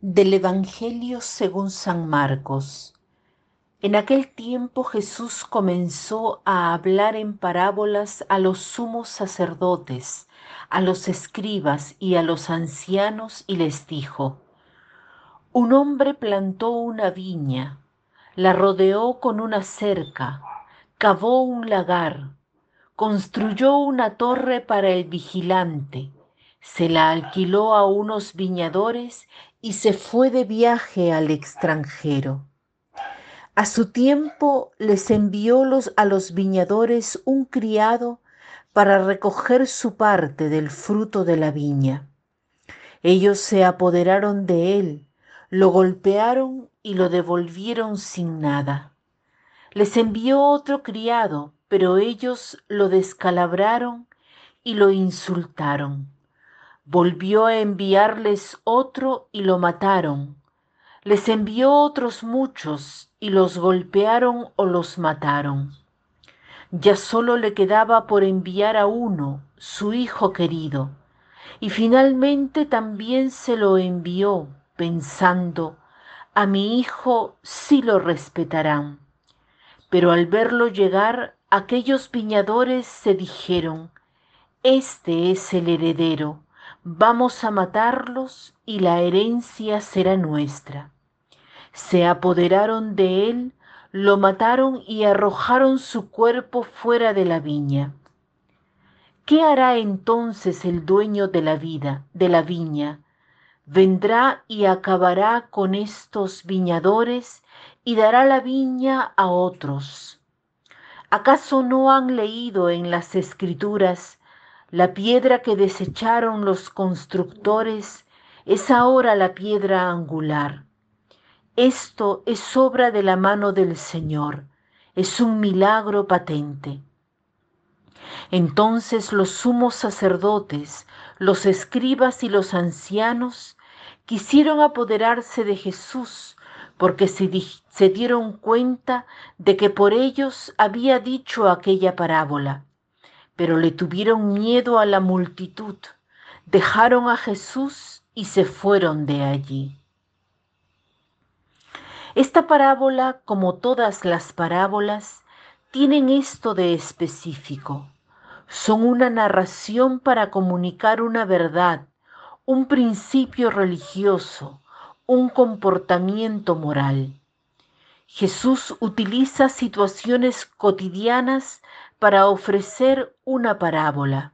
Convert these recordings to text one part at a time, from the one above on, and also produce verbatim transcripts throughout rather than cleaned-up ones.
Del Evangelio según San Marcos. En aquel tiempo Jesús comenzó a hablar en parábolas a los sumos sacerdotes, a los escribas y a los ancianos y les dijo: Un hombre plantó una viña, la rodeó con una cerca, cavó un lagar, construyó una torre para el vigilante, se la alquiló a unos viñadores y se fue de viaje al extranjero. A su tiempo les envió los, a los viñadores un criado para recoger su parte del fruto de la viña. Ellos se apoderaron de él, lo golpearon y lo devolvieron sin nada. Les envió otro criado, pero ellos lo descalabraron y lo insultaron. Volvió a enviarles otro y lo mataron. Les envió otros muchos y los golpearon o los mataron. Ya solo le quedaba por enviar a uno, su hijo querido, y finalmente también se lo envió, pensando: a mi hijo sí lo respetarán. Pero al verlo llegar, aquellos viñadores se dijeron: Este es el heredero, vamos a matarlos y la herencia será nuestra. Se apoderaron de él, lo mataron y arrojaron su cuerpo fuera de la viña. ¿Qué hará entonces el dueño de la vida, de la viña? Vendrá y acabará con estos viñadores y dará la viña a otros. ¿Acaso no han leído en las Escrituras: la piedra que desecharon los constructores es ahora la piedra angular? Esto es obra de la mano del Señor, es un milagro patente. Entonces los sumos sacerdotes, los escribas y los ancianos quisieron apoderarse de Jesús, porque se, di- se dieron cuenta de que por ellos había dicho aquella parábola, pero le tuvieron miedo a la multitud, dejaron a Jesús y se fueron de allí. Esta parábola, como todas las parábolas, tienen esto de específico. Son una narración para comunicar una verdad, un principio religioso, un comportamiento moral. Jesús utiliza situaciones cotidianas para ofrecer una parábola.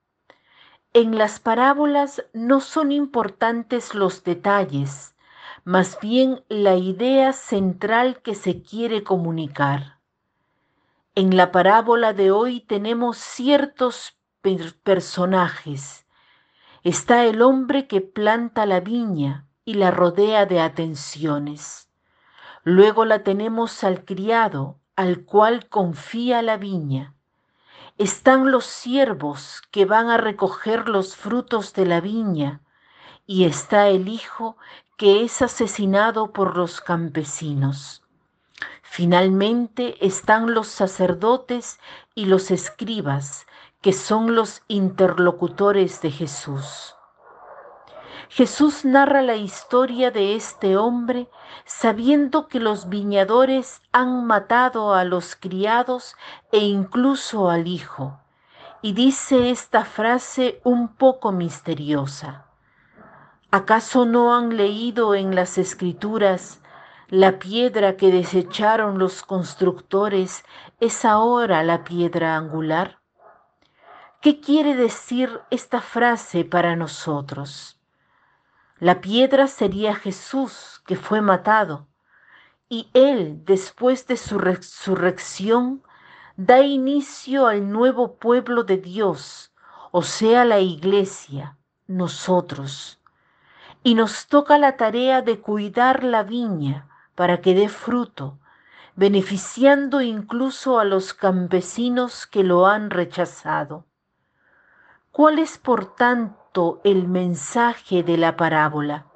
En las parábolas no son importantes los detalles, más bien la idea central que se quiere comunicar. En la parábola de hoy tenemos ciertos per- personajes. Está el hombre que planta la viña y la rodea de atenciones. Luego la tenemos al criado, al cual confía la viña. Están los siervos que van a recoger los frutos de la viña, y está el hijo que es asesinado por los campesinos. Finalmente están los sacerdotes y los escribas, que son los interlocutores de Jesús. Jesús narra la historia de este hombre sabiendo que los viñadores han matado a los criados e incluso al hijo, y dice esta frase un poco misteriosa. ¿Acaso no han leído en las Escrituras: la piedra que desecharon los constructores es ahora la piedra angular? ¿Qué quiere decir esta frase para nosotros? La piedra sería Jesús, que fue matado, y Él, después de su resurrección, da inicio al nuevo pueblo de Dios, o sea, la iglesia, nosotros. Y nos toca la tarea de cuidar la viña para que dé fruto, beneficiando incluso a los campesinos que lo han rechazado. ¿Cuál es, por tanto, el mensaje de la parábola?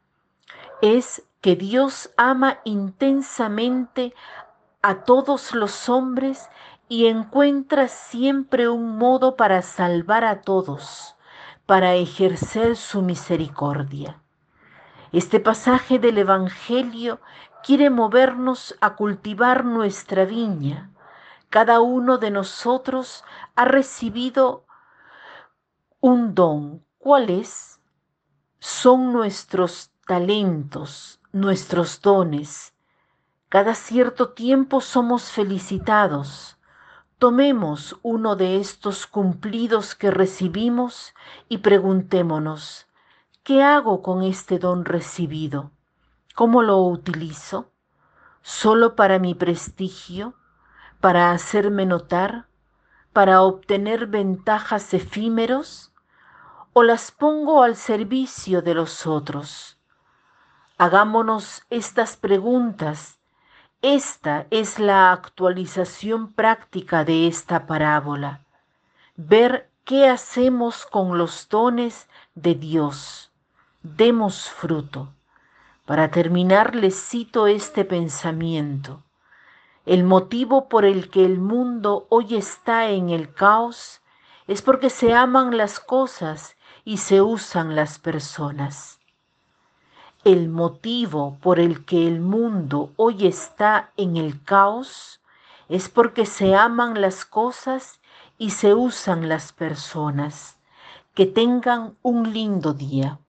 Es que Dios ama intensamente a todos los hombres y encuentra siempre un modo para salvar a todos, para ejercer su misericordia. Este pasaje del Evangelio quiere movernos a cultivar nuestra viña. Cada uno de nosotros ha recibido un don. ¿Cuál es? Son nuestros talentos, nuestros dones. Cada cierto tiempo somos felicitados. Tomemos uno de estos cumplidos que recibimos y preguntémonos, ¿qué hago con este don recibido? ¿Cómo lo utilizo? ¿Solo para mi prestigio? ¿Para hacerme notar? ¿Para obtener ventajas efímeros? ¿O las pongo al servicio de los otros? Hagámonos estas preguntas. Esta es la actualización práctica de esta parábola. Ver qué hacemos con los dones de Dios. Demos fruto. Para terminar, les cito este pensamiento. El motivo por el que el mundo hoy está en el caos es porque se aman las cosas y se usan las personas. El motivo por el que el mundo hoy está en el caos es porque se aman las cosas y se usan las personas. Que tengan un lindo día.